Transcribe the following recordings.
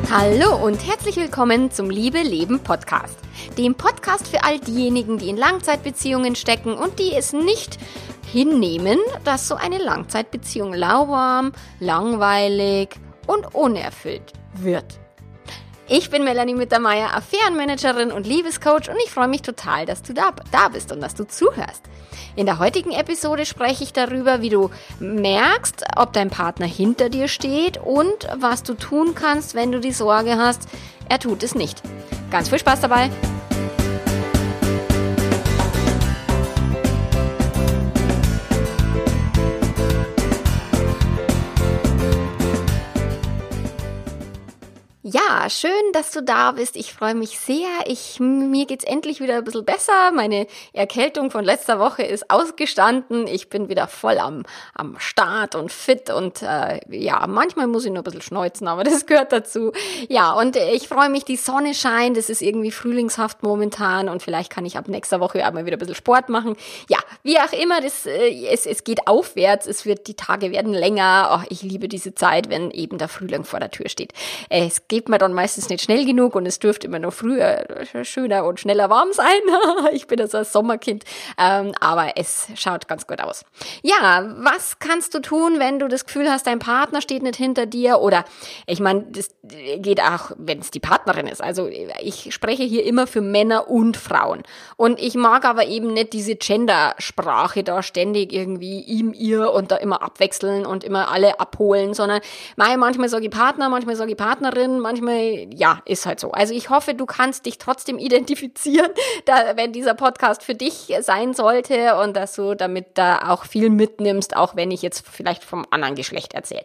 Hallo und herzlich willkommen zum Liebe Leben Podcast. Dem Podcast für all diejenigen, die in Langzeitbeziehungen stecken und die es nicht hinnehmen, dass so eine Langzeitbeziehung lauwarm, langweilig und unerfüllt wird. Ich bin Melanie Mittermeier, Affärenmanagerin und Liebescoach und ich freue mich total, dass du da bist und dass du zuhörst. In der heutigen Episode spreche ich darüber, wie du merkst, ob dein Partner hinter dir steht und was du tun kannst, wenn du die Sorge hast, er tut es nicht. Ganz viel Spaß dabei! Ja, schön, dass du da bist. Ich freue mich sehr. Mir geht's endlich wieder ein bisschen besser. Meine Erkältung von letzter Woche ist ausgestanden. Ich bin wieder voll am Start und fit und manchmal muss ich nur ein bisschen schneuzen, aber das gehört dazu. Ja, und ich freue mich, die Sonne scheint. Es ist irgendwie frühlingshaft momentan und vielleicht kann ich ab nächster Woche auch mal wieder ein bisschen Sport machen. Ja, wie auch immer, es geht aufwärts. Die Tage werden länger. Oh, ich liebe diese Zeit, wenn eben der Frühling vor der Tür steht. Es geht mir dann meistens nicht schnell genug und es dürfte immer noch früher schöner und schneller warm sein. Ich bin also ein Sommerkind, aber es schaut ganz gut aus. Ja, was kannst du tun, wenn du das Gefühl hast, dein Partner steht nicht hinter dir? Oder ich meine, das geht auch, wenn es die Partnerin ist. Also ich spreche hier immer für Männer und Frauen. Und ich mag aber eben nicht diese Gendersprache da ständig irgendwie ihm, ihr und da immer abwechseln und immer alle abholen, sondern manchmal sage ich Partner, manchmal sage ich Partnerin, manchmal, ja, ist halt so. Also ich hoffe, du kannst dich trotzdem identifizieren, wenn dieser Podcast für dich sein sollte und dass du damit da auch viel mitnimmst, auch wenn ich jetzt vielleicht vom anderen Geschlecht erzähle.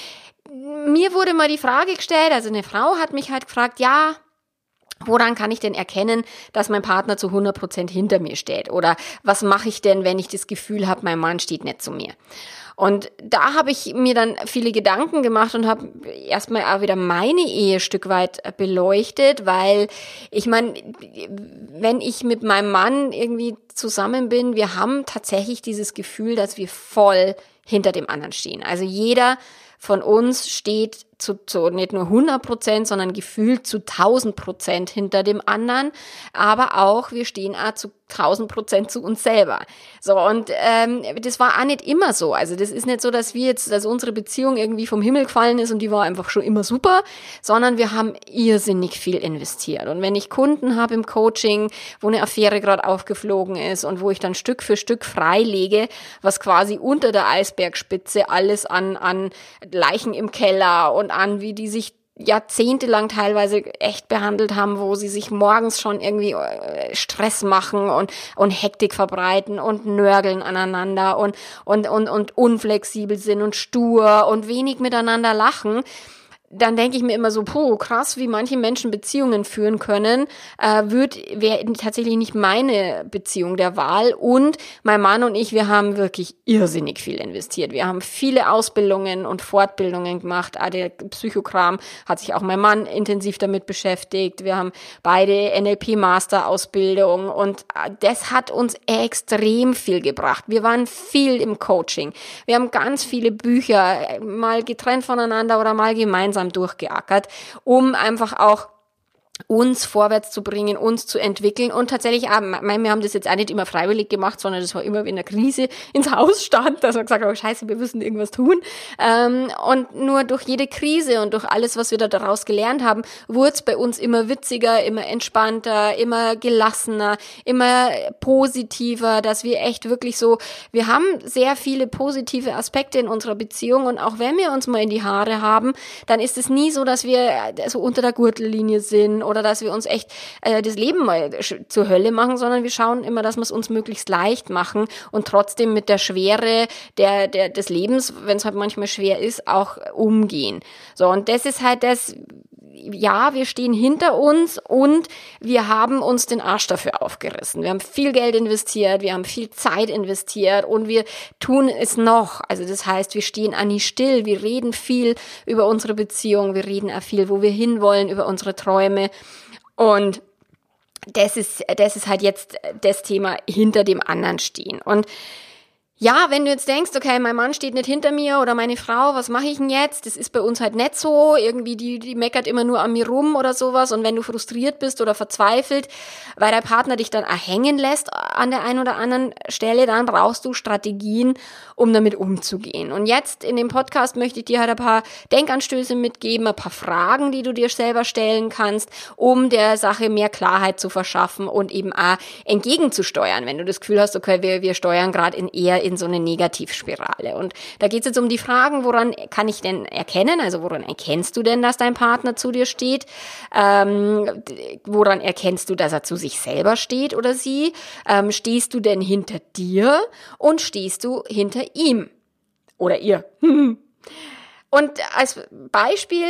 Mir wurde mal die Frage gestellt, also eine Frau hat mich halt gefragt, ja, woran kann ich denn erkennen, dass mein Partner zu 100% hinter mir steht? Oder was mache ich denn, wenn ich das Gefühl habe, mein Mann steht nicht zu mir? Und da habe ich mir dann viele Gedanken gemacht und habe erstmal auch wieder meine Ehe ein Stück weit beleuchtet, weil ich meine, wenn ich mit meinem Mann irgendwie zusammen bin, wir haben tatsächlich dieses Gefühl, dass wir voll hinter dem anderen stehen. Also jeder von uns steht zu nicht nur 100%, sondern gefühlt zu 1000% hinter dem anderen, aber auch wir stehen auch zu 1000% zu uns selber. So, und das war auch nicht immer so. Also das ist nicht so, dass unsere Beziehung irgendwie vom Himmel gefallen ist und die war einfach schon immer super, sondern wir haben irrsinnig viel investiert. Und wenn ich Kunden habe im Coaching, wo eine Affäre gerade aufgeflogen ist und wo ich dann Stück für Stück freilege, was quasi unter der Eisbergspitze alles an Leichen im Keller und an, wie die sich jahrzehntelang teilweise echt behandelt haben, wo sie sich morgens schon irgendwie Stress machen und Hektik verbreiten und nörgeln aneinander und unflexibel sind und stur und wenig miteinander lachen. Dann denke ich mir immer so, krass, wie manche Menschen Beziehungen führen können, wäre tatsächlich nicht meine Beziehung der Wahl. Und mein Mann und ich, wir haben wirklich irrsinnig viel investiert. Wir haben viele Ausbildungen und Fortbildungen gemacht. Der Psychokram hat sich auch mein Mann intensiv damit beschäftigt. Wir haben beide NLP-Master-Ausbildung und das hat uns extrem viel gebracht. Wir waren viel im Coaching. Wir haben ganz viele Bücher, mal getrennt voneinander oder mal gemeinsam durchgeackert, um einfach auch uns vorwärts zu bringen, uns zu entwickeln und tatsächlich, wir haben das jetzt auch nicht immer freiwillig gemacht, sondern das war immer, wenn eine Krise ins Haus stand, dass wir gesagt haben, scheiße, wir müssen irgendwas tun. Und nur durch jede Krise und durch alles, was wir da daraus gelernt haben, wurde es bei uns immer witziger, immer entspannter, immer gelassener, immer positiver, dass wir echt wirklich so, wir haben sehr viele positive Aspekte in unserer Beziehung und auch wenn wir uns mal in die Haare haben, dann ist es nie so, dass wir so unter der Gürtellinie sind oder dass wir uns echt das Leben mal zur Hölle machen, sondern wir schauen immer, dass wir es uns möglichst leicht machen und trotzdem mit der Schwere des Lebens, wenn es halt manchmal schwer ist, auch umgehen. So, und das ist halt das, ja, wir stehen hinter uns und wir haben uns den Arsch dafür aufgerissen. Wir haben viel Geld investiert, wir haben viel Zeit investiert und wir tun es noch. Also das heißt, wir stehen auch nie still, wir reden viel über unsere Beziehung, wir reden auch viel, wo wir hinwollen, über unsere Träume und das ist halt jetzt das Thema hinter dem anderen stehen. Und Ja, wenn du jetzt denkst, okay, mein Mann steht nicht hinter mir oder meine Frau, was mache ich denn jetzt? Das ist bei uns halt nicht so. Irgendwie, die meckert immer nur an mir rum oder sowas. Und wenn du frustriert bist oder verzweifelt, weil dein Partner dich dann hängen lässt an der einen oder anderen Stelle, dann brauchst du Strategien, um damit umzugehen. Und jetzt in dem Podcast möchte ich dir halt ein paar Denkanstöße mitgeben, ein paar Fragen, die du dir selber stellen kannst, um der Sache mehr Klarheit zu verschaffen und eben auch entgegenzusteuern, wenn du das Gefühl hast, okay, wir steuern gerade eher in so eine Negativspirale. Und da geht es jetzt um die Fragen, woran kann ich denn erkennen, also woran erkennst du denn, dass dein Partner zu dir steht? Woran erkennst du, dass er zu sich selber steht oder sie? Stehst du denn hinter dir und stehst du hinter ihm oder ihr? Und als Beispiel,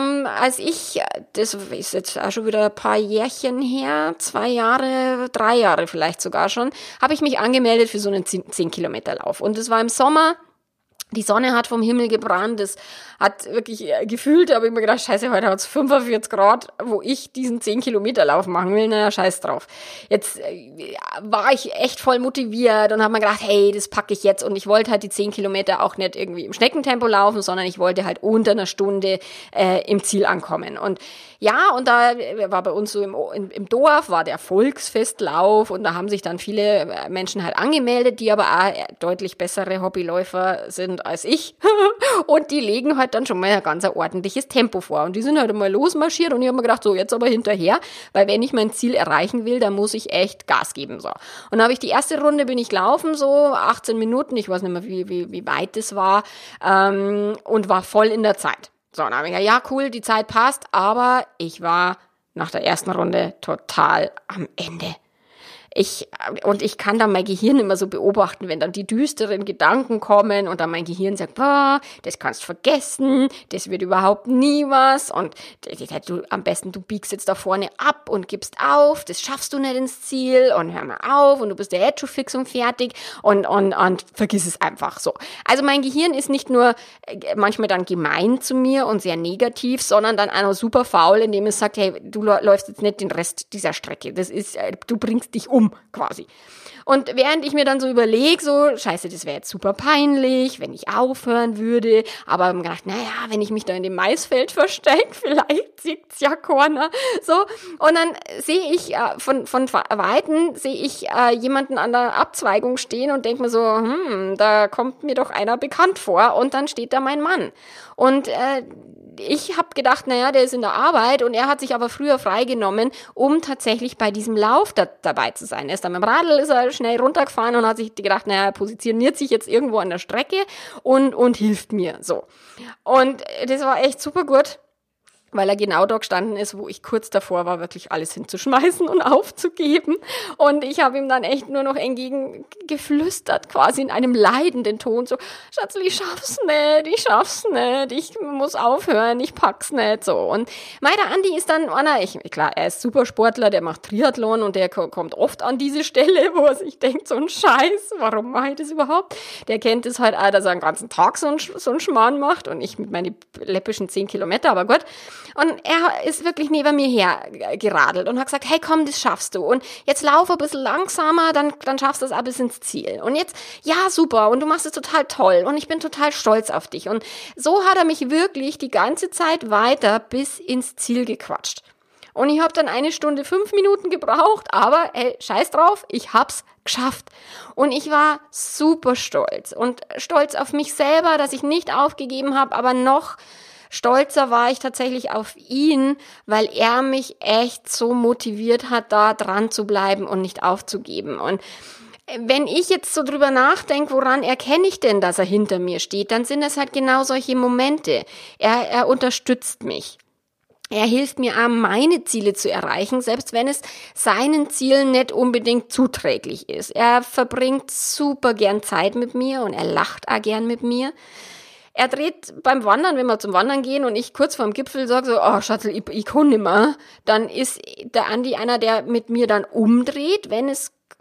das ist jetzt auch schon wieder ein paar Jährchen her, 2 Jahre, 3 Jahre vielleicht sogar schon, habe ich mich angemeldet für so einen 10-Kilometer-Lauf. Und es war im Sommer. Die Sonne hat vom Himmel gebrannt, es hat wirklich gefühlt, habe ich mir gedacht, scheiße, heute hat es 45 Grad, wo ich diesen 10-Kilometer-Lauf machen will, naja, scheiß drauf. Jetzt war ich echt voll motiviert und habe mir gedacht, hey, das packe ich jetzt, und ich wollte halt die 10 Kilometer auch nicht irgendwie im Schneckentempo laufen, sondern ich wollte halt unter einer Stunde im Ziel ankommen. Und ja, und da war bei uns so im Dorf war der Volksfestlauf, und da haben sich dann viele Menschen halt angemeldet, die aber auch deutlich bessere Hobbyläufer sind als ich. Und die legen halt dann schon mal ein ganz ordentliches Tempo vor. Und die sind halt mal losmarschiert, und ich habe mir gedacht, so, jetzt aber hinterher, weil wenn ich mein Ziel erreichen will, dann muss ich echt Gas geben. So. Und dann habe ich die erste Runde bin ich laufen, so 18 Minuten, ich weiß nicht mehr, wie weit das war, und war voll in der Zeit. So, dann habe ich gesagt, ja cool, die Zeit passt, aber ich war nach der ersten Runde total am Ende. Ich kann dann mein Gehirn immer so beobachten, wenn dann die düsteren Gedanken kommen und dann mein Gehirn sagt, boah, das kannst du vergessen, das wird überhaupt nie was, und am besten du biegst jetzt da vorne ab und gibst auf, das schaffst du nicht ins Ziel, und hör mal auf, und du bist ja jetzt schon fix und fertig, und vergiss es einfach so. Also mein Gehirn ist nicht nur manchmal dann gemein zu mir und sehr negativ, sondern dann auch noch super faul, indem es sagt, hey, du läufst jetzt nicht den Rest dieser Strecke, du bringst dich um quasi. Und während ich mir dann so überlege, so, scheiße, das wäre jetzt super peinlich, wenn ich aufhören würde, aber ich habe mir gedacht, naja, wenn ich mich da in dem Maisfeld verstecke, vielleicht sieht's ja keiner, so. Und dann sehe ich, von Weitem sehe ich jemanden an der Abzweigung stehen und denke mir so, da kommt mir doch einer bekannt vor, und dann steht da mein Mann. Und ich habe gedacht, naja, der ist in der Arbeit, und er hat sich aber früher freigenommen, um tatsächlich bei diesem Lauf dabei zu sein. Er ist dann mit dem Radl, ist er schnell runtergefahren und hat sich gedacht, naja, er positioniert sich jetzt irgendwo an der Strecke und hilft mir, so. Und das war echt super gut, weil er genau da gestanden ist, wo ich kurz davor war, wirklich alles hinzuschmeißen und aufzugeben. Und ich habe ihm dann echt nur noch entgegengeflüstert, quasi in einem leidenden Ton, so, Schatzl, ich schaff's nicht, ich muss aufhören, ich pack's nicht, so. Und der Andi ist dann klar, er ist Supersportler, der macht Triathlon, und der kommt oft an diese Stelle, wo er sich denkt, so ein Scheiß, warum mache ich das überhaupt? Der kennt es halt auch, dass er den ganzen Tag so einen Schmarrn macht, und ich mit meinen läppischen 10 Kilometer, aber gut. Und er ist wirklich neben mir her geradelt und hat gesagt, hey komm, das schaffst du. Und jetzt lauf ein bisschen langsamer, dann schaffst du es auch bis ins Ziel. Und jetzt, ja super, und du machst es total toll, und ich bin total stolz auf dich. Und so hat er mich wirklich die ganze Zeit weiter bis ins Ziel gequatscht. Und ich habe dann 1 Stunde 5 Minuten gebraucht, aber scheiß drauf, ich hab's geschafft. Und ich war super stolz. Und stolz auf mich selber, dass ich nicht aufgegeben habe, aber noch stolzer war ich tatsächlich auf ihn, weil er mich echt so motiviert hat, da dran zu bleiben und nicht aufzugeben. Und wenn ich jetzt so drüber nachdenke, woran erkenne ich denn, dass er hinter mir steht, dann sind das halt genau solche Momente. Er unterstützt mich. Er hilft mir auch, meine Ziele zu erreichen, selbst wenn es seinen Zielen nicht unbedingt zuträglich ist. Er verbringt super gern Zeit mit mir, und er lacht auch gern mit mir. Er dreht beim Wandern, wenn wir zum Wandern gehen und ich kurz vorm Gipfel sage so, oh Schatzl, ich kann nicht mehr, dann ist der Andi einer, der mit mir dann umdreht, wenn es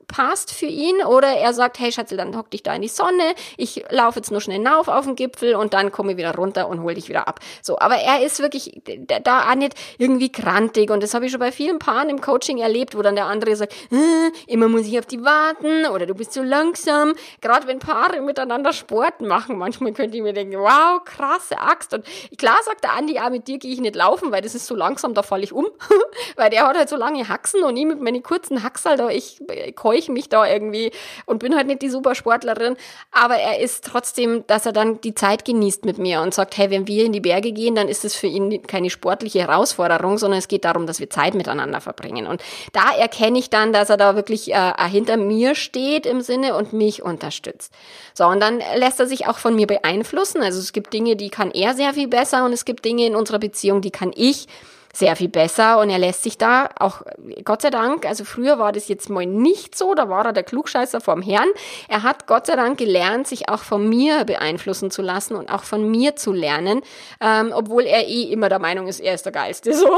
passt für ihn, oder er sagt, hey Schatzel, dann hock dich da in die Sonne, ich laufe jetzt nur schnell hinauf auf den Gipfel und dann komme ich wieder runter und hol dich wieder ab. So, aber er ist wirklich da auch nicht irgendwie grantig, und das habe ich schon bei vielen Paaren im Coaching erlebt, wo dann der andere sagt, immer muss ich auf die warten oder du bist so langsam. Gerade wenn Paare miteinander Sport machen, manchmal könnte ich mir denken, wow, krasse Axt. Und klar sagt der Andi, mit dir gehe ich nicht laufen, weil das ist so langsam, da falle ich um. Weil der hat halt so lange Haxen und ich mit meinen kurzen Haxal da, ich keuche mich da irgendwie und bin halt nicht die Supersportlerin. Aber er ist trotzdem, dass er dann die Zeit genießt mit mir und sagt, hey, wenn wir in die Berge gehen, dann ist es für ihn keine sportliche Herausforderung, sondern es geht darum, dass wir Zeit miteinander verbringen. Und da erkenne ich dann, dass er da wirklich hinter mir steht im Sinne und mich unterstützt. So, und dann lässt er sich auch von mir beeinflussen. Also es gibt Dinge, die kann er sehr viel besser, und es gibt Dinge in unserer Beziehung, die kann ich sehr viel besser, und er lässt sich da auch, Gott sei Dank, also früher war das jetzt mal nicht so, da war er der Klugscheißer vorm Herrn. Er hat Gott sei Dank gelernt, sich auch von mir beeinflussen zu lassen und auch von mir zu lernen, obwohl er immer der Meinung ist, er ist der Geilste. So.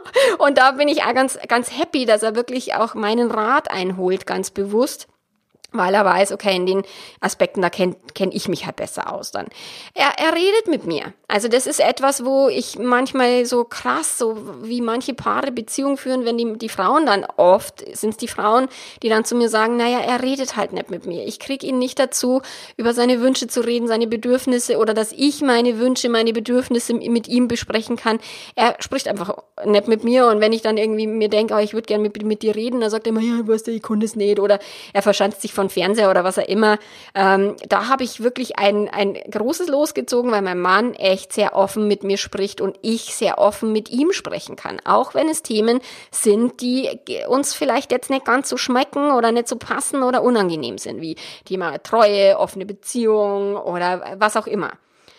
Und da bin ich auch ganz, ganz happy, dass er wirklich auch meinen Rat einholt, ganz bewusst, weil er weiß, okay, in den Aspekten, da kenn ich mich halt besser aus dann. Er redet mit mir. Also das ist etwas, wo ich manchmal so krass, so wie manche Paare Beziehungen führen, wenn die Frauen dann oft, sind es die Frauen, die dann zu mir sagen, naja, er redet halt nicht mit mir. Ich kriege ihn nicht dazu, über seine Wünsche zu reden, seine Bedürfnisse, oder dass ich meine Wünsche, meine Bedürfnisse mit ihm besprechen kann. Er spricht einfach nicht mit mir, und wenn ich dann irgendwie mir denke, oh, ich würde gerne mit dir reden, dann sagt er immer, ja, weißt du, ich kann das nicht, oder er verschanzt sich von Fernseher oder was auch immer. Da habe ich wirklich ein großes Los gezogen, weil mein Mann echt sehr offen mit mir spricht und ich sehr offen mit ihm sprechen kann. Auch wenn es Themen sind, die uns vielleicht jetzt nicht ganz so schmecken oder nicht so passen oder unangenehm sind, wie Thema Treue, offene Beziehung oder was auch immer.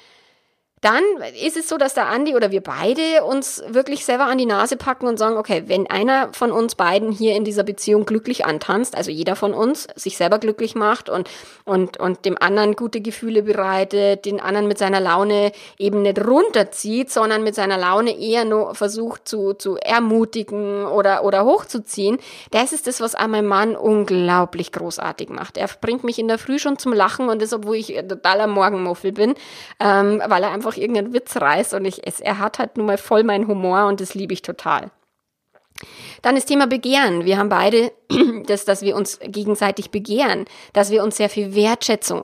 Dann ist es so, dass der Andi oder wir beide uns wirklich selber an die Nase packen und sagen, okay, wenn einer von uns beiden hier in dieser Beziehung glücklich antanzt, also jeder von uns sich selber glücklich macht und dem anderen gute Gefühle bereitet, den anderen mit seiner Laune eben nicht runterzieht, sondern mit seiner Laune eher nur versucht zu ermutigen oder hochzuziehen, das ist das, was an meinem Mann unglaublich großartig macht. Er bringt mich in der Früh schon zum Lachen, und das, obwohl ich totaler Morgenmuffel bin, weil er einfach irgendeinen Witz reißt, und er hat halt nun mal voll meinen Humor, und das liebe ich total. Dann das Thema Begehren. Wir haben beide dass wir uns gegenseitig begehren, dass wir uns sehr viel Wertschätzung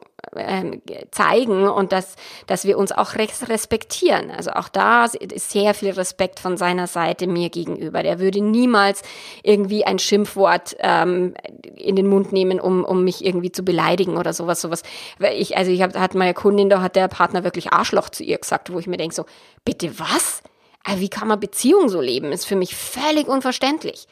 zeigen und dass wir uns auch respektieren. Also auch da ist sehr viel Respekt von seiner Seite mir gegenüber. Der würde niemals irgendwie ein Schimpfwort in den Mund nehmen, um mich irgendwie zu beleidigen oder sowas. Ich hatte mal eine Kundin, da hat der Partner wirklich Arschloch zu ihr gesagt, wo ich mir denke so, bitte was? Wie kann man Beziehung so leben? Ist für mich völlig unverständlich.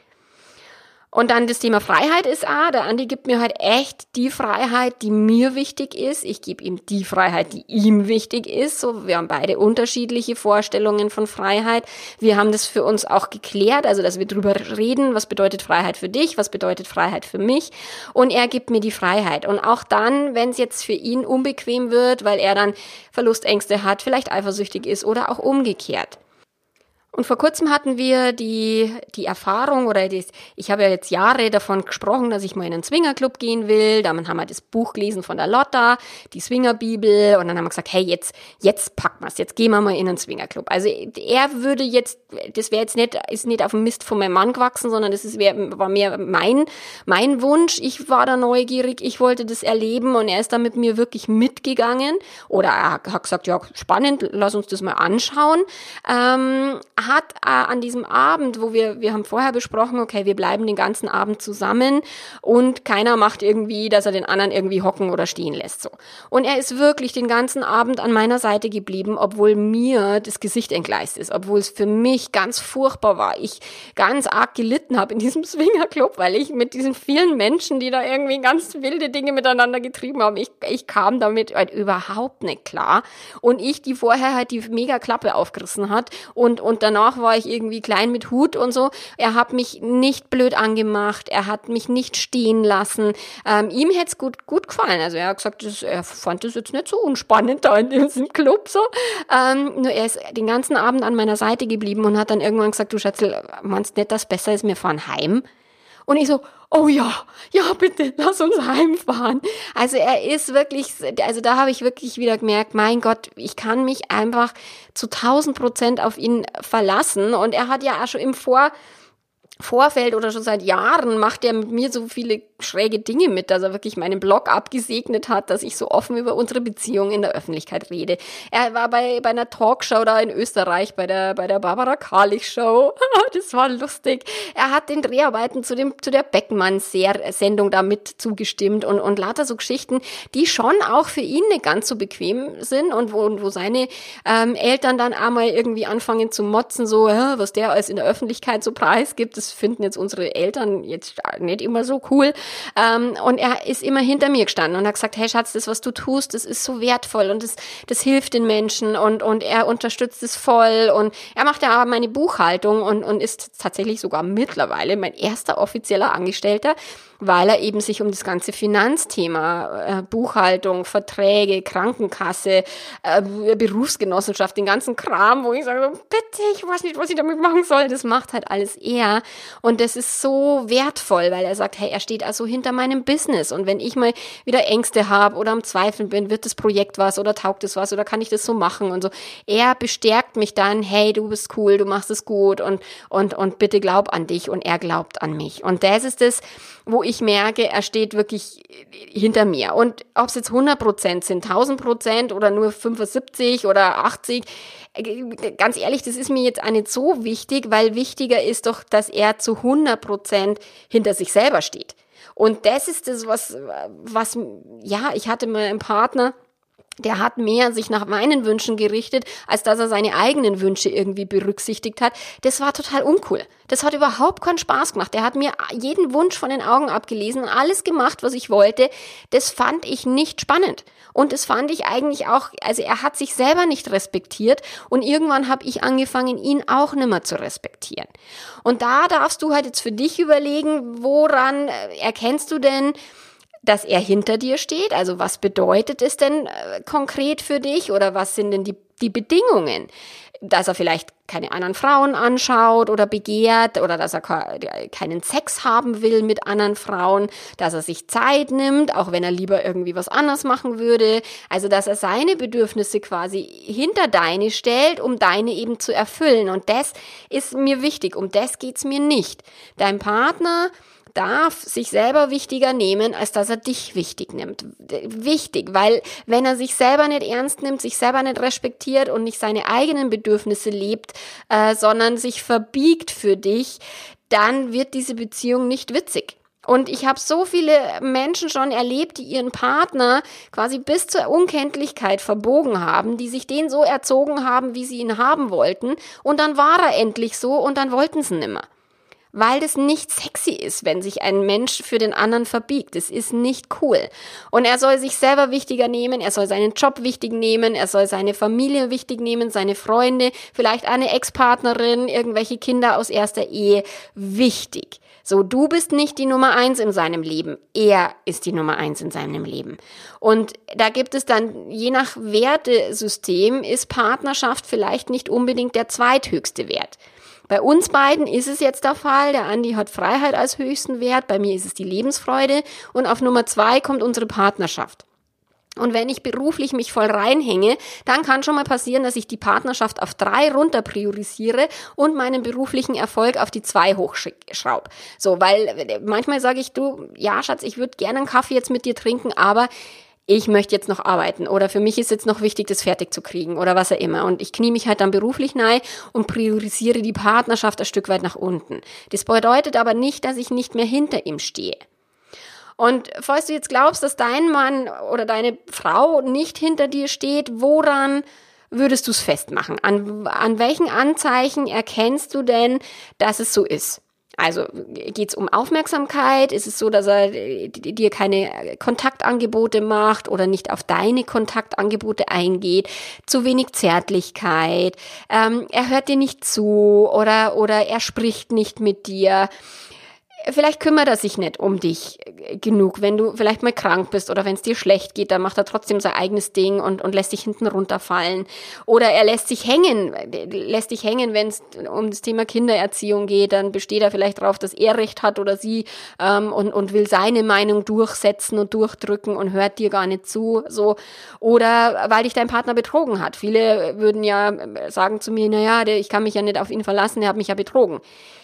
Und dann das Thema Freiheit ist der Andi gibt mir halt echt die Freiheit, die mir wichtig ist. Ich gebe ihm die Freiheit, die ihm wichtig ist. So, wir haben beide unterschiedliche Vorstellungen von Freiheit. Wir haben das für uns auch geklärt, also dass wir drüber reden, was bedeutet Freiheit für dich, was bedeutet Freiheit für mich. Und er gibt mir die Freiheit. Und auch dann, wenn es jetzt für ihn unbequem wird, weil er dann Verlustängste hat, vielleicht eifersüchtig ist oder auch umgekehrt. Und vor kurzem hatten wir die Erfahrung, ich habe ja jetzt Jahre davon gesprochen, dass ich mal in einen Swingerclub gehen will. Dann haben wir das Buch gelesen von der Lotta, die Swingerbibel, und dann haben wir gesagt, hey, jetzt packen wir es, jetzt gehen wir mal in einen Swingerclub. Also er würde jetzt, das wäre jetzt ist nicht auf dem Mist von meinem Mann gewachsen, sondern war mehr mein Wunsch. Ich war da neugierig, ich wollte das erleben, und er ist da mit mir wirklich mitgegangen. Oder er hat gesagt, ja, spannend, lass uns das mal anschauen. Hat an diesem Abend, wo wir haben vorher besprochen, okay, wir bleiben den ganzen Abend zusammen und keiner macht irgendwie, dass er den anderen irgendwie hocken oder stehen lässt, so. Und er ist wirklich den ganzen Abend an meiner Seite geblieben, obwohl mir das Gesicht entgleist ist, obwohl es für mich ganz furchtbar war. Ich ganz arg gelitten habe in diesem Swingerclub, weil ich mit diesen vielen Menschen, die da irgendwie ganz wilde Dinge miteinander getrieben haben, ich kam damit halt überhaupt nicht klar. Und ich, die vorher halt die mega Klappe aufgerissen hat und danach war ich irgendwie klein mit Hut und so. Er hat mich nicht blöd angemacht, er hat mich nicht stehen lassen. Ihm hätte es gut gefallen. Also er hat gesagt, er fand das jetzt nicht so unspannend da in diesem Club so. Nur er ist den ganzen Abend an meiner Seite geblieben und hat dann irgendwann gesagt, du Schatzel, meinst nicht, dass besser ist, wir fahren heim? Und ich so, oh ja, bitte, lass uns heimfahren. Also er ist wirklich, also da habe ich wirklich wieder gemerkt, mein Gott, ich kann mich einfach zu 1000% auf ihn verlassen. Und er hat ja auch schon im Vorfeld oder schon seit Jahren macht er mit mir so viele schräge Dinge mit, dass er wirklich meinen Blog abgesegnet hat, dass ich so offen über unsere Beziehung in der Öffentlichkeit rede. Er war bei einer Talkshow da in Österreich, bei der Barbara Karlich Show. Das war lustig. Er hat den Dreharbeiten zu der Beckmann-Sendung da mit zugestimmt und lauter so Geschichten, die schon auch für ihn nicht ganz so bequem sind und wo seine Eltern dann einmal irgendwie anfangen zu motzen, so, was der alles in der Öffentlichkeit so preisgibt, das finden jetzt unsere Eltern jetzt nicht immer so cool. Und er ist immer hinter mir gestanden und hat gesagt, hey Schatz, das, was du tust, das ist so wertvoll und das hilft den Menschen und er unterstützt es voll und er macht ja auch meine Buchhaltung und ist tatsächlich sogar mittlerweile mein erster offizieller Angestellter, weil er eben sich um das ganze Finanzthema, Buchhaltung, Verträge, Krankenkasse, Berufsgenossenschaft, den ganzen Kram, wo ich sage, bitte, ich weiß nicht, was ich damit machen soll, das macht halt alles er. Und das ist so wertvoll, weil er sagt, hey, er steht also hinter meinem Business und wenn ich mal wieder Ängste habe oder am Zweifeln bin, wird das Projekt was oder taugt es was oder kann ich das so machen und so. Er bestärkt mich dann, hey, du bist cool, du machst es gut und bitte glaub an dich und er glaubt an mich. Und das ist das, wo ich merke, er steht wirklich hinter mir. Und ob es jetzt 100% sind, 1000% oder nur 75 oder 80, ganz ehrlich, das ist mir jetzt auch nicht so wichtig, weil wichtiger ist doch, dass er zu 100% hinter sich selber steht. Und das ist das, was, ich hatte mal einen Partner, der hat mehr sich nach meinen Wünschen gerichtet, als dass er seine eigenen Wünsche irgendwie berücksichtigt hat. Das war total uncool. Das hat überhaupt keinen Spaß gemacht. Der hat mir jeden Wunsch von den Augen abgelesen und alles gemacht, was ich wollte. Das fand ich nicht spannend. Und das fand ich eigentlich auch, also er hat sich selber nicht respektiert und irgendwann habe ich angefangen, ihn auch nimmer zu respektieren. Und da darfst du halt jetzt für dich überlegen, woran erkennst du denn, dass er hinter dir steht? Also was bedeutet es denn konkret für dich oder was sind denn die Bedingungen? Dass er vielleicht keine anderen Frauen anschaut oder begehrt oder dass er keinen Sex haben will mit anderen Frauen, dass er sich Zeit nimmt, auch wenn er lieber irgendwie was anderes machen würde. Also dass er seine Bedürfnisse quasi hinter deine stellt, um deine eben zu erfüllen. Und das ist mir wichtig, um das geht's mir nicht. Dein Partner darf sich selber wichtiger nehmen, als dass er dich wichtig nimmt. Wichtig, weil wenn er sich selber nicht ernst nimmt, sich selber nicht respektiert und nicht seine eigenen Bedürfnisse lebt, sondern sich verbiegt für dich, dann wird diese Beziehung nicht witzig. Und ich habe so viele Menschen schon erlebt, die ihren Partner quasi bis zur Unkenntlichkeit verbogen haben, die sich den so erzogen haben, wie sie ihn haben wollten. Und dann war er endlich so und dann wollten sie nimmer. Weil das nicht sexy ist, wenn sich ein Mensch für den anderen verbiegt. Das ist nicht cool. Und er soll sich selber wichtiger nehmen, er soll seinen Job wichtig nehmen, er soll seine Familie wichtig nehmen, seine Freunde, vielleicht eine Ex-Partnerin, irgendwelche Kinder aus erster Ehe. Wichtig. So, du bist nicht die Nummer 1 in seinem Leben. Er ist die Nummer 1 in seinem Leben. Und da gibt es dann, je nach Wertesystem, ist Partnerschaft vielleicht nicht unbedingt der zweithöchste Wert. Bei uns beiden ist es jetzt der Fall, der Andi hat Freiheit als höchsten Wert, bei mir ist es die Lebensfreude und auf Nummer 2 kommt unsere Partnerschaft. Und wenn ich beruflich mich voll reinhänge, dann kann schon mal passieren, dass ich die Partnerschaft auf 3 runter priorisiere und meinen beruflichen Erfolg auf die 2 hochschraube. So, weil manchmal sage ich, du, ja Schatz, ich würde gerne einen Kaffee jetzt mit dir trinken, aber ich möchte jetzt noch arbeiten oder für mich ist jetzt noch wichtig, das fertig zu kriegen oder was auch immer. Und ich knie mich halt dann beruflich rein und priorisiere die Partnerschaft ein Stück weit nach unten. Das bedeutet aber nicht, dass ich nicht mehr hinter ihm stehe. Und falls du jetzt glaubst, dass dein Mann oder deine Frau nicht hinter dir steht, woran würdest du es festmachen? An welchen Anzeichen erkennst du denn, dass es so ist? Also geht's um Aufmerksamkeit? Ist es so, dass er dir keine Kontaktangebote macht oder nicht auf deine Kontaktangebote eingeht? Zu wenig Zärtlichkeit? Er hört dir nicht zu oder er spricht nicht mit dir? Vielleicht kümmert er sich nicht um dich genug, wenn du vielleicht mal krank bist oder wenn es dir schlecht geht, dann macht er trotzdem sein eigenes Ding und lässt dich hinten runterfallen. Oder er lässt dich hängen, wenn es um das Thema Kindererziehung geht, dann besteht er vielleicht darauf, dass er Recht hat oder sie und will seine Meinung durchsetzen und durchdrücken und hört dir gar nicht zu. So. Oder weil dich dein Partner betrogen hat. Viele würden ja sagen zu mir, naja, ich kann mich ja nicht auf ihn verlassen, er hat mich ja betrogen.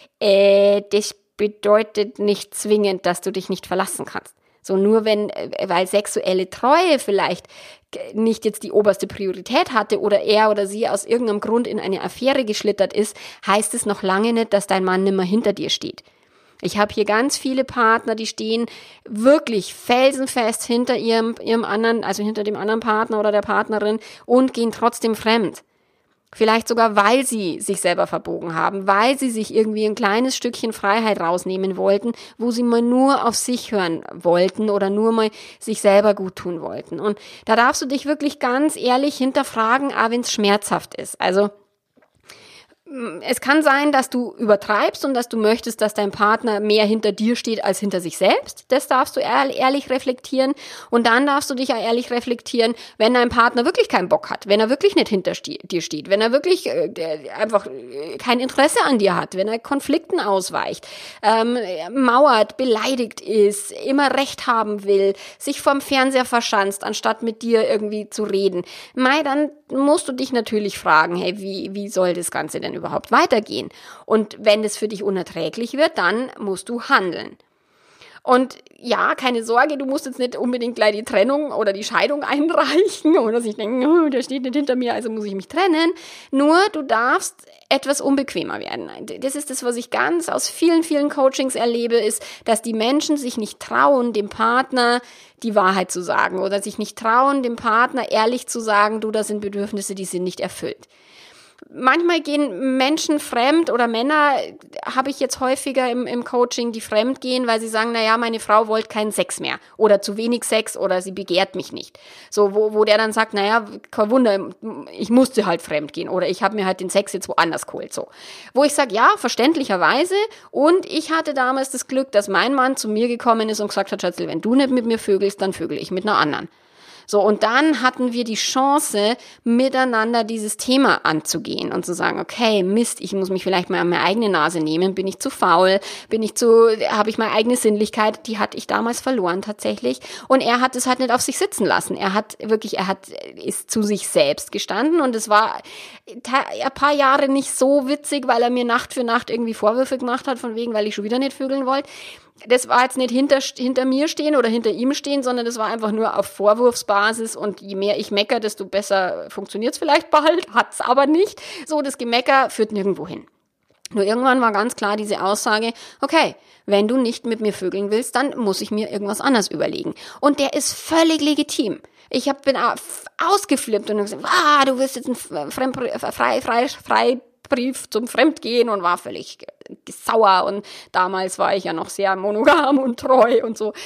Das bedeutet nicht zwingend, dass du dich nicht verlassen kannst. So nur weil sexuelle Treue vielleicht nicht jetzt die oberste Priorität hatte oder er oder sie aus irgendeinem Grund in eine Affäre geschlittert ist, heißt es noch lange nicht, dass dein Mann nimmer hinter dir steht. Ich habe hier ganz viele Partner, die stehen wirklich felsenfest hinter ihrem anderen, also hinter dem anderen Partner oder der Partnerin und gehen trotzdem fremd. Vielleicht sogar, weil sie sich selber verbogen haben, weil sie sich irgendwie ein kleines Stückchen Freiheit rausnehmen wollten, wo sie mal nur auf sich hören wollten oder nur mal sich selber gut tun wollten. Und da darfst du dich wirklich ganz ehrlich hinterfragen, wenn es schmerzhaft ist. Also es kann sein, dass du übertreibst und dass du möchtest, dass dein Partner mehr hinter dir steht als hinter sich selbst. Das darfst du ehrlich reflektieren. Und dann darfst du dich ja ehrlich reflektieren, wenn dein Partner wirklich keinen Bock hat, wenn er wirklich nicht hinter dir steht, wenn er wirklich einfach kein Interesse an dir hat, wenn er Konflikten ausweicht, mauert, beleidigt ist, immer Recht haben will, sich vorm Fernseher verschanzt, anstatt mit dir irgendwie zu reden. Dann musst du dich natürlich fragen, hey, wie soll das Ganze denn überhaupt weitergehen? Und wenn das für dich unerträglich wird, dann musst du handeln. Und ja, keine Sorge, du musst jetzt nicht unbedingt gleich die Trennung oder die Scheidung einreichen oder sich denken, oh, der steht nicht hinter mir, also muss ich mich trennen. Nur du darfst etwas unbequemer werden. Das ist das, was ich ganz aus vielen, vielen Coachings erlebe, ist, dass die Menschen sich nicht trauen, dem Partner die Wahrheit zu sagen oder sich nicht trauen, dem Partner ehrlich zu sagen, du, das sind Bedürfnisse, die sind nicht erfüllt. Manchmal gehen Menschen fremd oder Männer, habe ich jetzt häufiger im Coaching, die fremd gehen, weil sie sagen, naja, meine Frau wollte keinen Sex mehr oder zu wenig Sex oder sie begehrt mich nicht. So, wo der dann sagt, naja, kein Wunder, ich musste halt fremd gehen oder ich habe mir halt den Sex jetzt woanders geholt. So. Wo ich sage, ja, verständlicherweise, und ich hatte damals das Glück, dass mein Mann zu mir gekommen ist und gesagt hat, Schatzel, wenn du nicht mit mir vögelst, dann vögel ich mit einer anderen. So, und dann hatten wir die Chance, miteinander dieses Thema anzugehen und zu sagen, okay, Mist, ich muss mich vielleicht mal an meine eigene Nase nehmen, bin ich zu faul, habe ich meine eigene Sinnlichkeit, die hatte ich damals verloren tatsächlich. Und er hat es halt nicht auf sich sitzen lassen. Er ist zu sich selbst gestanden und es war ein paar Jahre nicht so witzig, weil er mir Nacht für Nacht irgendwie Vorwürfe gemacht hat, von wegen, weil ich schon wieder nicht vögeln wollte. Das war jetzt nicht hinter mir stehen oder hinter ihm stehen, sondern das war einfach nur auf Vorwurfsbasis und je mehr ich meckere, desto besser funktioniert es vielleicht bald, hat's aber nicht. So, das Gemecker führt nirgendwo hin. Nur irgendwann war ganz klar diese Aussage, okay, wenn du nicht mit mir vögeln willst, dann muss ich mir irgendwas anderes überlegen. Und der ist völlig legitim. Ich bin ausgeflippt und gesagt, du wirst jetzt ein Freibrief zum Fremdgehen und war völlig sauer und damals war ich ja noch sehr monogam und treu und so.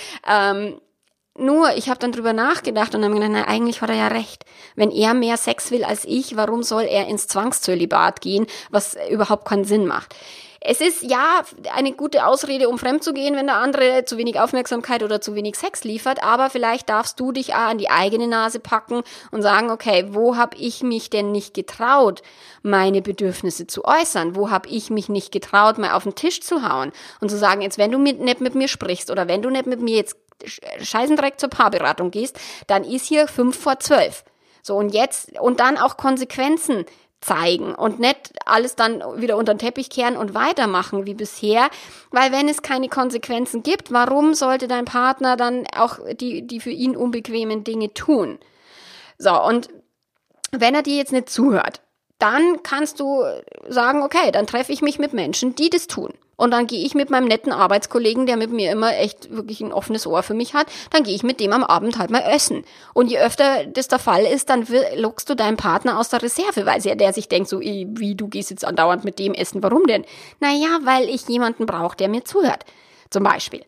Nur, ich habe dann drüber nachgedacht und habe mir gedacht, eigentlich hat er ja recht. Wenn er mehr Sex will als ich, warum soll er ins Zwangszölibat gehen, was überhaupt keinen Sinn macht? Es ist ja eine gute Ausrede, um fremd zu gehen, wenn der andere zu wenig Aufmerksamkeit oder zu wenig Sex liefert, aber vielleicht darfst du dich auch an die eigene Nase packen und sagen, okay, wo habe ich mich denn nicht getraut, meine Bedürfnisse zu äußern? Wo habe ich mich nicht getraut, mal auf den Tisch zu hauen und zu sagen, jetzt wenn du nicht mit mir sprichst oder wenn du nicht mit mir jetzt Scheißendreck zur Paarberatung gehst, dann ist hier 11:55. So, und dann auch Konsequenzen zeigen und nicht alles dann wieder unter den Teppich kehren und weitermachen wie bisher, weil wenn es keine Konsequenzen gibt, warum sollte dein Partner dann auch die für ihn unbequemen Dinge tun? So, und wenn er dir jetzt nicht zuhört, dann kannst du sagen, okay, dann treffe ich mich mit Menschen, die das tun. Und dann gehe ich mit meinem netten Arbeitskollegen, der mit mir immer echt wirklich ein offenes Ohr für mich hat, dann gehe ich mit dem am Abend halt mal essen. Und je öfter das der Fall ist, dann lockst du deinen Partner aus der Reserve, weil der sich denkt so, wie, du gehst jetzt andauernd mit dem essen, warum denn? Naja, weil ich jemanden brauche, der mir zuhört, zum Beispiel.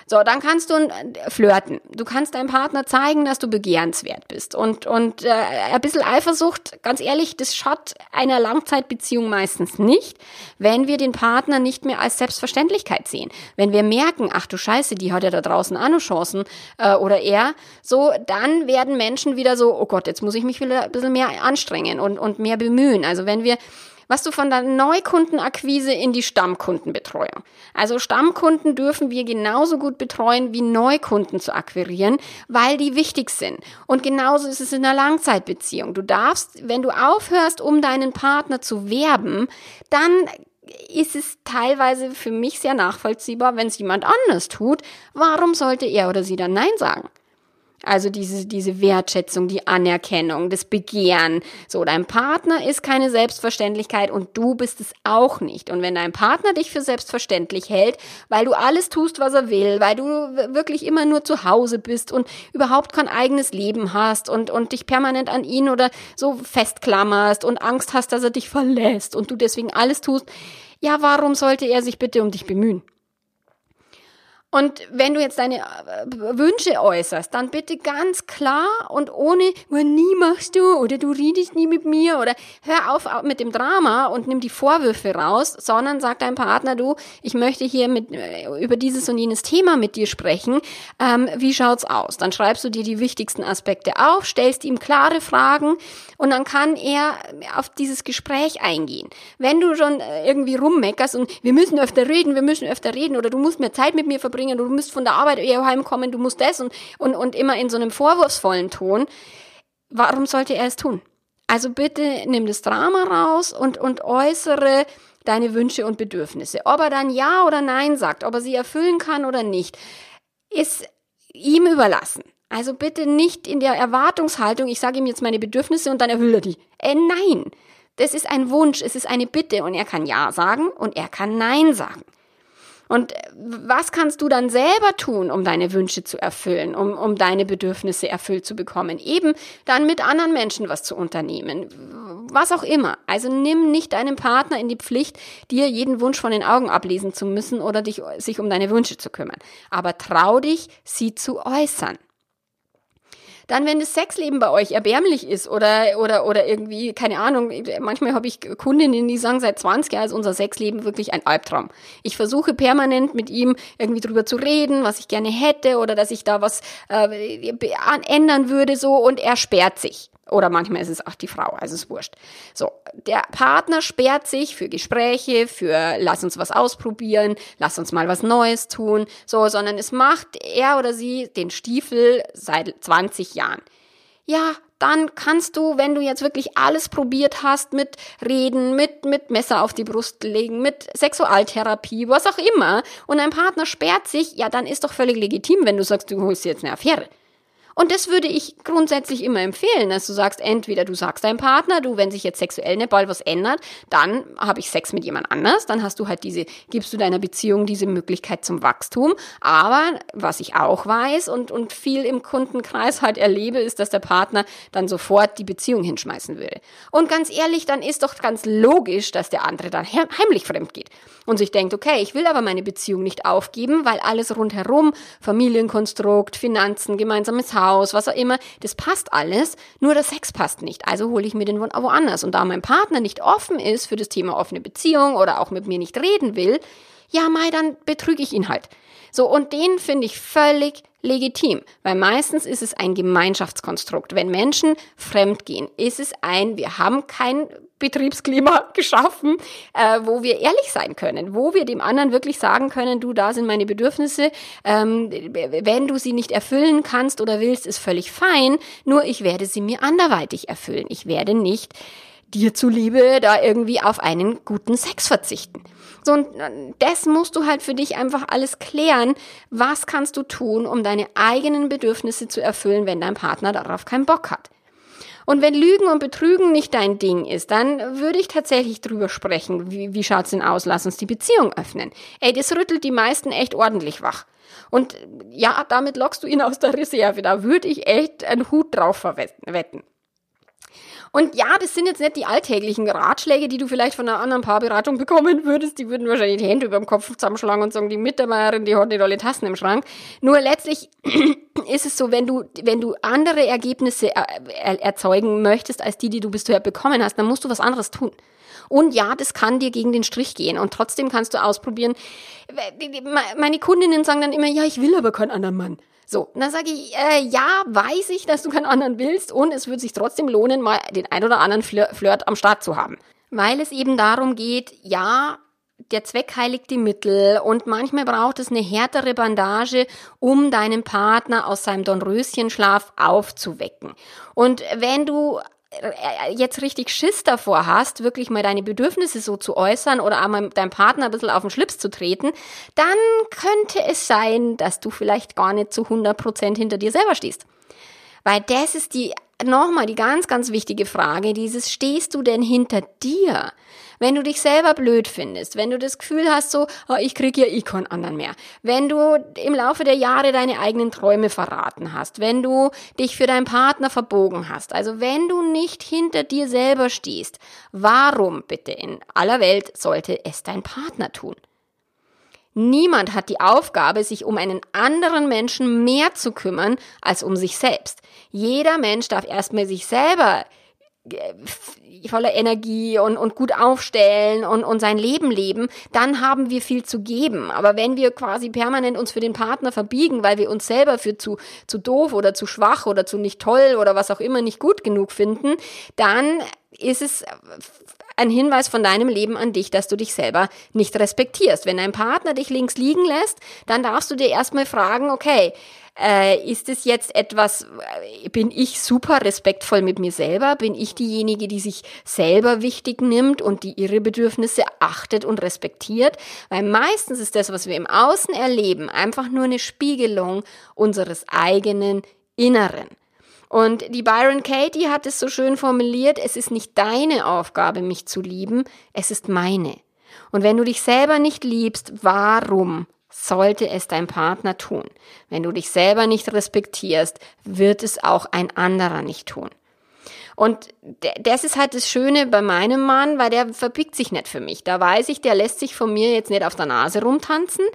So, dann kannst du flirten. Du kannst deinem Partner zeigen, dass du begehrenswert bist. Und ein bisschen Eifersucht, ganz ehrlich, das schadet einer Langzeitbeziehung meistens nicht, wenn wir den Partner nicht mehr als Selbstverständlichkeit sehen. Wenn wir merken, ach du Scheiße, die hat ja da draußen auch noch Chancen oder er, so, dann werden Menschen wieder so, oh Gott, jetzt muss ich mich wieder ein bisschen mehr anstrengen und mehr bemühen. Also wenn wir was du von der Neukundenakquise in die Stammkundenbetreuung. Also Stammkunden dürfen wir genauso gut betreuen, wie Neukunden zu akquirieren, weil die wichtig sind. Und genauso ist es in einer Langzeitbeziehung. Du darfst, wenn du aufhörst, um deinen Partner zu werben, dann ist es teilweise für mich sehr nachvollziehbar, wenn es jemand anders tut. Warum sollte er oder sie dann Nein sagen? Also diese Wertschätzung, die Anerkennung, das Begehren. So, dein Partner ist keine Selbstverständlichkeit und du bist es auch nicht. Und wenn dein Partner dich für selbstverständlich hält, weil du alles tust, was er will, weil du wirklich immer nur zu Hause bist und überhaupt kein eigenes Leben hast und dich permanent an ihn oder so festklammerst und Angst hast, dass er dich verlässt und du deswegen alles tust, ja, warum sollte er sich bitte um dich bemühen? Und wenn du jetzt deine Wünsche äußerst, dann bitte ganz klar und ohne, nie machst du oder du redest nie mit mir oder hör auf mit dem Drama und nimm die Vorwürfe raus, sondern sag deinem Partner, du, ich möchte hier über dieses und jenes Thema mit dir sprechen. Wie schaut's aus? Dann schreibst du dir die wichtigsten Aspekte auf, stellst ihm klare Fragen und dann kann er auf dieses Gespräch eingehen. Wenn du schon irgendwie rummeckerst und wir müssen öfter reden oder du musst mehr Zeit mit mir verbringen, du musst von der Arbeit eher heimkommen, du musst das und immer in so einem vorwurfsvollen Ton. Warum sollte er es tun? Also bitte nimm das Drama raus und äußere deine Wünsche und Bedürfnisse. Ob er dann Ja oder Nein sagt, ob er sie erfüllen kann oder nicht, ist ihm überlassen. Also bitte nicht in der Erwartungshaltung, ich sage ihm jetzt meine Bedürfnisse und dann erfüllt er die. Nein, das ist ein Wunsch, es ist eine Bitte und er kann Ja sagen und er kann Nein sagen. Und was kannst du dann selber tun, um deine Wünsche zu erfüllen, um deine Bedürfnisse erfüllt zu bekommen? Eben dann mit anderen Menschen was zu unternehmen, was auch immer. Also nimm nicht deinen Partner in die Pflicht, dir jeden Wunsch von den Augen ablesen zu müssen oder sich um deine Wünsche zu kümmern. Aber trau dich, sie zu äußern. Dann, wenn das Sexleben bei euch erbärmlich ist oder irgendwie, keine Ahnung, manchmal habe ich Kundinnen, die sagen, seit 20 Jahren ist unser Sexleben wirklich ein Albtraum. Ich versuche permanent mit ihm irgendwie drüber zu reden, was ich gerne hätte oder dass ich da was ändern würde so und er sperrt sich. Oder manchmal ist es auch die Frau, also ist wurscht. So, der Partner sperrt sich für Gespräche, für lass uns was ausprobieren, lass uns mal was Neues tun, so, sondern es macht er oder sie den Stiefel seit 20 Jahren. Ja, dann kannst du, wenn du jetzt wirklich alles probiert hast mit Reden, mit Messer auf die Brust legen, mit Sexualtherapie, was auch immer, und dein Partner sperrt sich, ja, dann ist doch völlig legitim, wenn du sagst, du holst jetzt eine Affäre. Und das würde ich grundsätzlich immer empfehlen, dass du sagst, entweder du sagst deinem Partner, du, wenn sich jetzt sexuell nicht bald was ändert, dann habe ich Sex mit jemand anders, dann hast du halt gibst du deiner Beziehung diese Möglichkeit zum Wachstum. Aber was ich auch weiß und viel im Kundenkreis halt erlebe, ist, dass der Partner dann sofort die Beziehung hinschmeißen würde. Und ganz ehrlich, dann ist doch ganz logisch, dass der andere dann heimlich fremd geht und sich denkt, okay, ich will aber meine Beziehung nicht aufgeben, weil alles rundherum, Familienkonstrukt, Finanzen, gemeinsames Haus, was auch immer, das passt alles, nur der Sex passt nicht. Also hole ich mir den woanders. Und da mein Partner nicht offen ist für das Thema offene Beziehung oder auch mit mir nicht reden will, ja, dann betrüge ich ihn halt. So, und den finde ich völlig legitim, weil meistens ist es ein Gemeinschaftskonstrukt. Wenn Menschen fremdgehen, ist es wir haben kein Betriebsklima geschaffen, wo wir ehrlich sein können, wo wir dem anderen wirklich sagen können, du, da sind meine Bedürfnisse, wenn du sie nicht erfüllen kannst oder willst, ist völlig fein, nur ich werde sie mir anderweitig erfüllen. Ich werde nicht dir zuliebe da irgendwie auf einen guten Sex verzichten. So, und das musst du halt für dich einfach alles klären. Was kannst du tun, um deine eigenen Bedürfnisse zu erfüllen, wenn dein Partner darauf keinen Bock hat? Und wenn Lügen und Betrügen nicht dein Ding ist, dann würde ich tatsächlich drüber sprechen. Wie schaut's denn aus? Lass uns die Beziehung öffnen. Das rüttelt die meisten echt ordentlich wach. Und ja, damit lockst du ihn aus der Reserve. Da würde ich echt einen Hut drauf verwetten. Und ja, das sind jetzt nicht die alltäglichen Ratschläge, die du vielleicht von einer anderen Paarberatung bekommen würdest. Die würden wahrscheinlich die Hände über dem Kopf zusammenschlagen und sagen, die Mitarbeiterin, die hat nicht alle Tassen im Schrank. Nur letztlich ist es so, wenn du andere Ergebnisse erzeugen möchtest, als die du bisher bekommen hast, dann musst du was anderes tun. Und ja, das kann dir gegen den Strich gehen. Und trotzdem kannst du ausprobieren. Meine Kundinnen sagen dann immer, ja, ich will aber keinen anderen Mann. So, und dann sage ich, ja, weiß ich, dass du keinen anderen willst und es wird sich trotzdem lohnen, mal den ein oder anderen Flirt am Start zu haben. Weil es eben darum geht, ja, der Zweck heiligt die Mittel und manchmal braucht es eine härtere Bandage, um deinen Partner aus seinem Dornröschenschlaf aufzuwecken. Und wenn du jetzt richtig Schiss davor hast, wirklich mal deine Bedürfnisse so zu äußern oder auch mal deinem Partner ein bisschen auf den Schlips zu treten, dann könnte es sein, dass du vielleicht gar nicht zu 100% hinter dir selber stehst. Weil das ist nochmal die ganz, ganz wichtige Frage, stehst du denn hinter dir? Wenn du dich selber blöd findest, wenn du das Gefühl hast, so, oh, ich krieg ja keinen anderen mehr, wenn du im Laufe der Jahre deine eigenen Träume verraten hast, wenn du dich für deinen Partner verbogen hast, also wenn du nicht hinter dir selber stehst, warum bitte in aller Welt sollte es dein Partner tun? Niemand hat die Aufgabe, sich um einen anderen Menschen mehr zu kümmern als um sich selbst. Jeder Mensch darf erstmal sich selber voller Energie und gut aufstellen und sein Leben leben, dann haben wir viel zu geben. Aber wenn wir quasi permanent uns für den Partner verbiegen, weil wir uns selber für zu doof oder zu schwach oder zu nicht toll oder was auch immer nicht gut genug finden, dann ist es ein Hinweis von deinem Leben an dich, dass du dich selber nicht respektierst. Wenn dein Partner dich links liegen lässt, dann darfst du dir erstmal fragen, okay, ist es jetzt etwas, bin ich super respektvoll mit mir selber? Bin ich diejenige, die sich selber wichtig nimmt und die ihre Bedürfnisse achtet und respektiert? Weil meistens ist das, was wir im Außen erleben, einfach nur eine Spiegelung unseres eigenen Inneren. Und die Byron Katie hat es so schön formuliert, es ist nicht deine Aufgabe, mich zu lieben, es ist meine. Und wenn du dich selber nicht liebst, warum sollte es dein Partner tun? Wenn du dich selber nicht respektierst, wird es auch ein anderer nicht tun. Und das ist halt das Schöne bei meinem Mann, weil der verbiegt sich nicht für mich. Da weiß ich, der lässt sich von mir jetzt nicht auf der Nase rumtanzen.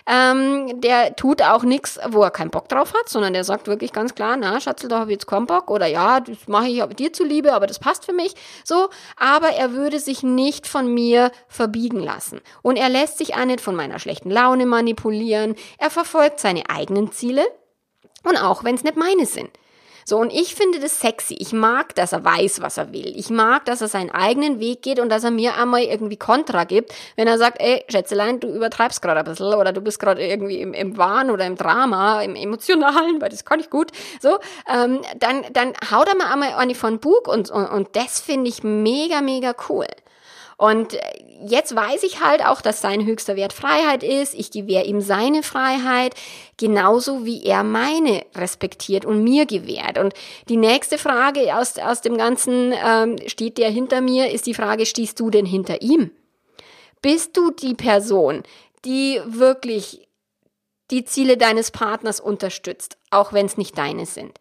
Der tut auch nichts, wo er keinen Bock drauf hat, sondern der sagt wirklich ganz klar, na Schatzel, da habe ich jetzt keinen Bock. Oder ja, das mache ich dir zuliebe, aber das passt für mich. So, aber er würde sich nicht von mir verbiegen lassen. Und er lässt sich auch nicht von meiner schlechten Laune manipulieren. Er verfolgt seine eigenen Ziele. Und auch wenn es nicht meine sind. So, und ich finde das sexy. Ich mag, dass er weiß, was er will. Ich mag, dass er seinen eigenen Weg geht und dass er mir einmal irgendwie Kontra gibt, wenn er sagt, ey, Schätzelein, du übertreibst gerade ein bisschen oder du bist gerade irgendwie im Wahn oder im Drama, im Emotionalen, weil das kann ich gut. So, dann haut er mir einmal eine von Bug und das finde ich mega, mega cool. Und jetzt weiß ich halt auch, dass sein höchster Wert Freiheit ist. Ich gewähre ihm seine Freiheit, genauso wie er meine respektiert und mir gewährt. Und die nächste Frage aus dem Ganzen, steht der hinter mir, ist die Frage, stehst du denn hinter ihm? Bist du die Person, die wirklich die Ziele deines Partners unterstützt, auch wenn es nicht deine sind?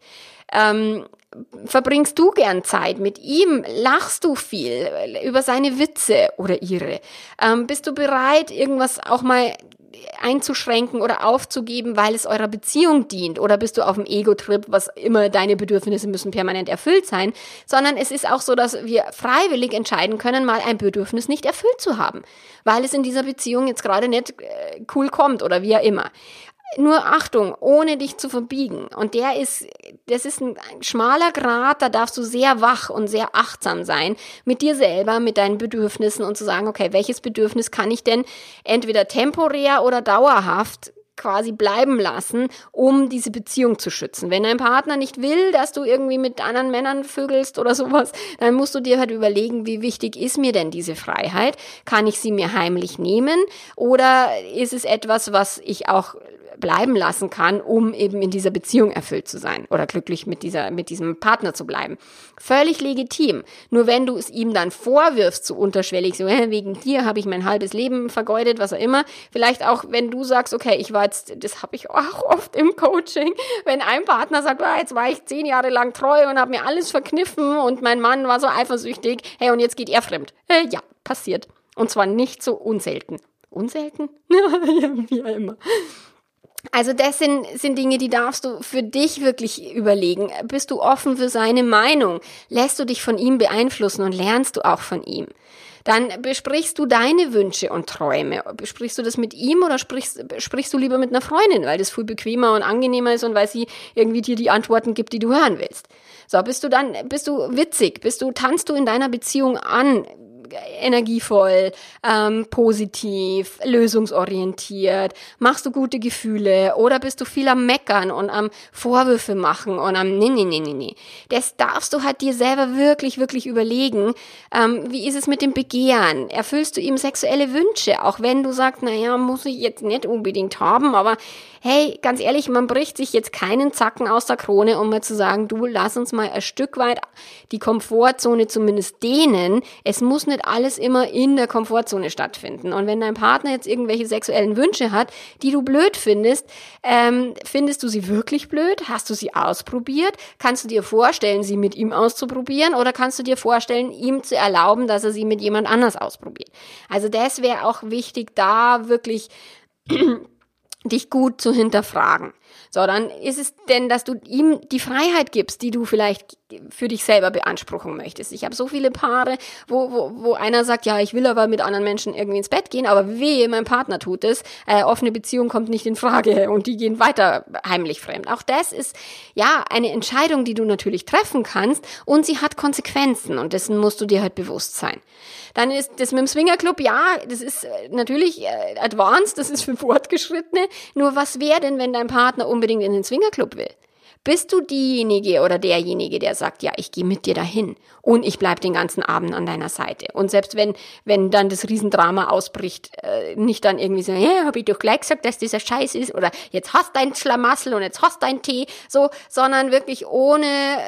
Verbringst du gern Zeit mit ihm? Lachst du viel über seine Witze oder ihre? Bist du bereit, irgendwas auch mal einzuschränken oder aufzugeben, weil es eurer Beziehung dient? Oder bist du auf dem Ego-Trip, was immer deine Bedürfnisse müssen permanent erfüllt sein? Sondern es ist auch so, dass wir freiwillig entscheiden können, mal ein Bedürfnis nicht erfüllt zu haben, weil es in dieser Beziehung jetzt gerade nicht cool kommt oder wie auch immer. Nur Achtung, ohne dich zu verbiegen. Und das ist ein schmaler Grat, da darfst du sehr wach und sehr achtsam sein mit dir selber, mit deinen Bedürfnissen und zu sagen, okay, welches Bedürfnis kann ich denn entweder temporär oder dauerhaft quasi bleiben lassen, um diese Beziehung zu schützen. Wenn dein Partner nicht will, dass du irgendwie mit anderen Männern vögelst oder sowas, dann musst du dir halt überlegen, wie wichtig ist mir denn diese Freiheit? Kann ich sie mir heimlich nehmen? Oder ist es etwas, was ich auch bleiben lassen kann, um eben in dieser Beziehung erfüllt zu sein oder glücklich mit diesem Partner zu bleiben. Völlig legitim. Nur wenn du es ihm dann vorwirfst, so unterschwellig, so wegen dir habe ich mein halbes Leben vergeudet, was auch immer, vielleicht auch, wenn du sagst, okay, das habe ich auch oft im Coaching, wenn ein Partner sagt, jetzt war ich 10 Jahre lang treu und habe mir alles verkniffen und mein Mann war so eifersüchtig, hey, und jetzt geht er fremd. Ja, passiert. Und zwar nicht so unselten. Unselten? Ja, wie immer. Also das sind Dinge, die darfst du für dich wirklich überlegen. Bist du offen für seine Meinung? Lässt du dich von ihm beeinflussen und lernst du auch von ihm? Dann besprichst du deine Wünsche und Träume. Besprichst du das mit ihm oder sprichst du lieber mit einer Freundin, weil das viel bequemer und angenehmer ist und weil sie irgendwie dir die Antworten gibt, die du hören willst? So, bist du witzig? Tanzt du in deiner Beziehung an? Energievoll, positiv, lösungsorientiert, machst du gute Gefühle oder bist du viel am Meckern und am Vorwürfe machen und am nee. Das darfst du halt dir selber wirklich, wirklich überlegen. Wie ist es mit dem Begehren? Erfüllst du ihm sexuelle Wünsche? Auch wenn du sagst, muss ich jetzt nicht unbedingt haben, aber hey, ganz ehrlich, man bricht sich jetzt keinen Zacken aus der Krone, um mal zu sagen, du, lass uns mal ein Stück weit die Komfortzone zumindest dehnen. Es muss nicht alles immer in der Komfortzone stattfinden. Und wenn dein Partner jetzt irgendwelche sexuellen Wünsche hat, die du blöd findest, findest du sie wirklich blöd? Hast du sie ausprobiert? Kannst du dir vorstellen, sie mit ihm auszuprobieren? Oder kannst du dir vorstellen, ihm zu erlauben, dass er sie mit jemand anders ausprobiert? Also das wäre auch wichtig, da wirklich dich gut zu hinterfragen. So, dann ist es denn, dass du ihm die Freiheit gibst, die du vielleicht für dich selber beanspruchen möchtest. Ich habe so viele Paare, wo einer sagt, ja, ich will aber mit anderen Menschen irgendwie ins Bett gehen, aber wehe, mein Partner tut es. Offene Beziehung kommt nicht in Frage und die gehen weiter heimlich fremd. Auch das ist ja eine Entscheidung, die du natürlich treffen kannst und sie hat Konsequenzen und dessen musst du dir halt bewusst sein. Dann ist das mit dem Swingerclub, ja, das ist natürlich advanced, das ist für Fortgeschrittene. Nur was wäre denn, wenn dein Partner unbedingt in den Swingerclub will? Bist du diejenige oder derjenige, der sagt, ja, ich gehe mit dir dahin und ich bleib den ganzen Abend an deiner Seite? Und selbst wenn dann das Riesendrama ausbricht, nicht dann irgendwie so, ja, habe ich doch gleich gesagt, dass dieser Scheiß ist oder jetzt hast dein Schlamassel und jetzt hast dein Tee, so, sondern wirklich ohne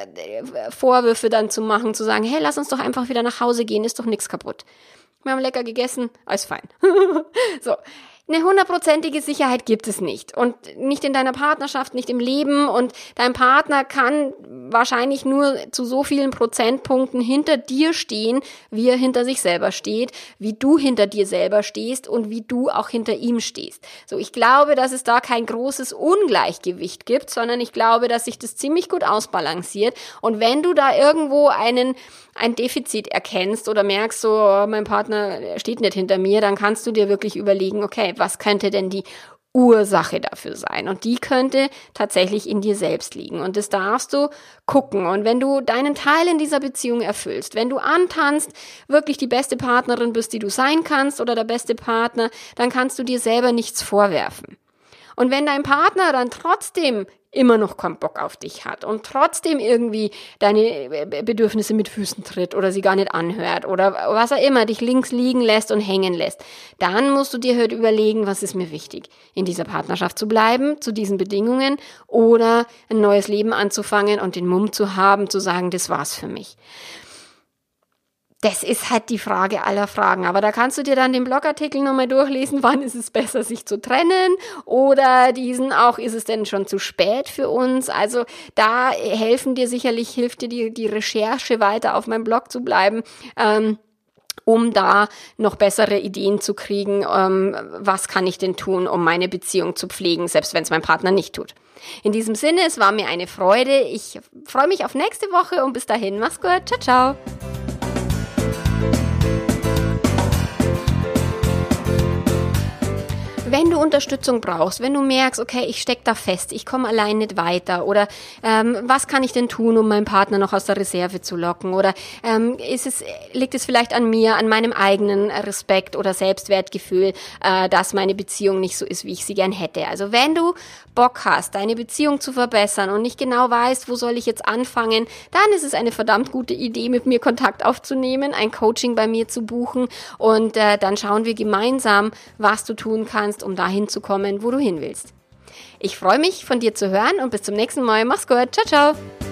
Vorwürfe dann zu machen, zu sagen, hey, lass uns doch einfach wieder nach Hause gehen, ist doch nichts kaputt. Wir haben lecker gegessen, alles fein. So. Eine 100%ige Sicherheit gibt es nicht und nicht in deiner Partnerschaft, nicht im Leben und dein Partner kann wahrscheinlich nur zu so vielen Prozentpunkten hinter dir stehen, wie er hinter sich selber steht, wie du hinter dir selber stehst und wie du auch hinter ihm stehst. So, ich glaube, dass es da kein großes Ungleichgewicht gibt, sondern ich glaube, dass sich das ziemlich gut ausbalanciert und wenn du da irgendwo ein Defizit erkennst oder merkst, so, oh, mein Partner steht nicht hinter mir, dann kannst du dir wirklich überlegen, okay, was könnte denn die Ursache dafür sein? Und die könnte tatsächlich in dir selbst liegen. Und das darfst du gucken. Und wenn du deinen Teil in dieser Beziehung erfüllst, wenn du antanzt, wirklich die beste Partnerin bist, die du sein kannst oder der beste Partner, dann kannst du dir selber nichts vorwerfen. Und wenn dein Partner dann trotzdem immer noch keinen Bock auf dich hat und trotzdem irgendwie deine Bedürfnisse mit Füßen tritt oder sie gar nicht anhört oder was auch immer, dich links liegen lässt und hängen lässt, dann musst du dir halt überlegen, was ist mir wichtig, in dieser Partnerschaft zu bleiben, zu diesen Bedingungen oder ein neues Leben anzufangen und den Mumm zu haben, zu sagen, das war's für mich. Das ist halt die Frage aller Fragen. Aber da kannst du dir dann den Blogartikel nochmal durchlesen, wann ist es besser, sich zu trennen oder diesen auch, ist es denn schon zu spät für uns? Also da hilft dir die Recherche weiter auf meinem Blog zu bleiben, um da noch bessere Ideen zu kriegen, was kann ich denn tun, um meine Beziehung zu pflegen, selbst wenn es mein Partner nicht tut. In diesem Sinne, es war mir eine Freude. Ich freue mich auf nächste Woche und bis dahin, mach's gut. Ciao, ciao. Wenn du Unterstützung brauchst, wenn du merkst, okay, ich stecke da fest, ich komme allein nicht weiter oder was kann ich denn tun, um meinen Partner noch aus der Reserve zu locken oder liegt es vielleicht an mir, an meinem eigenen Respekt oder Selbstwertgefühl, dass meine Beziehung nicht so ist, wie ich sie gern hätte. Also wenn du Bock hast, deine Beziehung zu verbessern und nicht genau weißt, wo soll ich jetzt anfangen, dann ist es eine verdammt gute Idee, mit mir Kontakt aufzunehmen, ein Coaching bei mir zu buchen und dann schauen wir gemeinsam, was du tun kannst, um dahin zu kommen, wo du hin willst. Ich freue mich, von dir zu hören und bis zum nächsten Mal. Mach's gut. Ciao, ciao.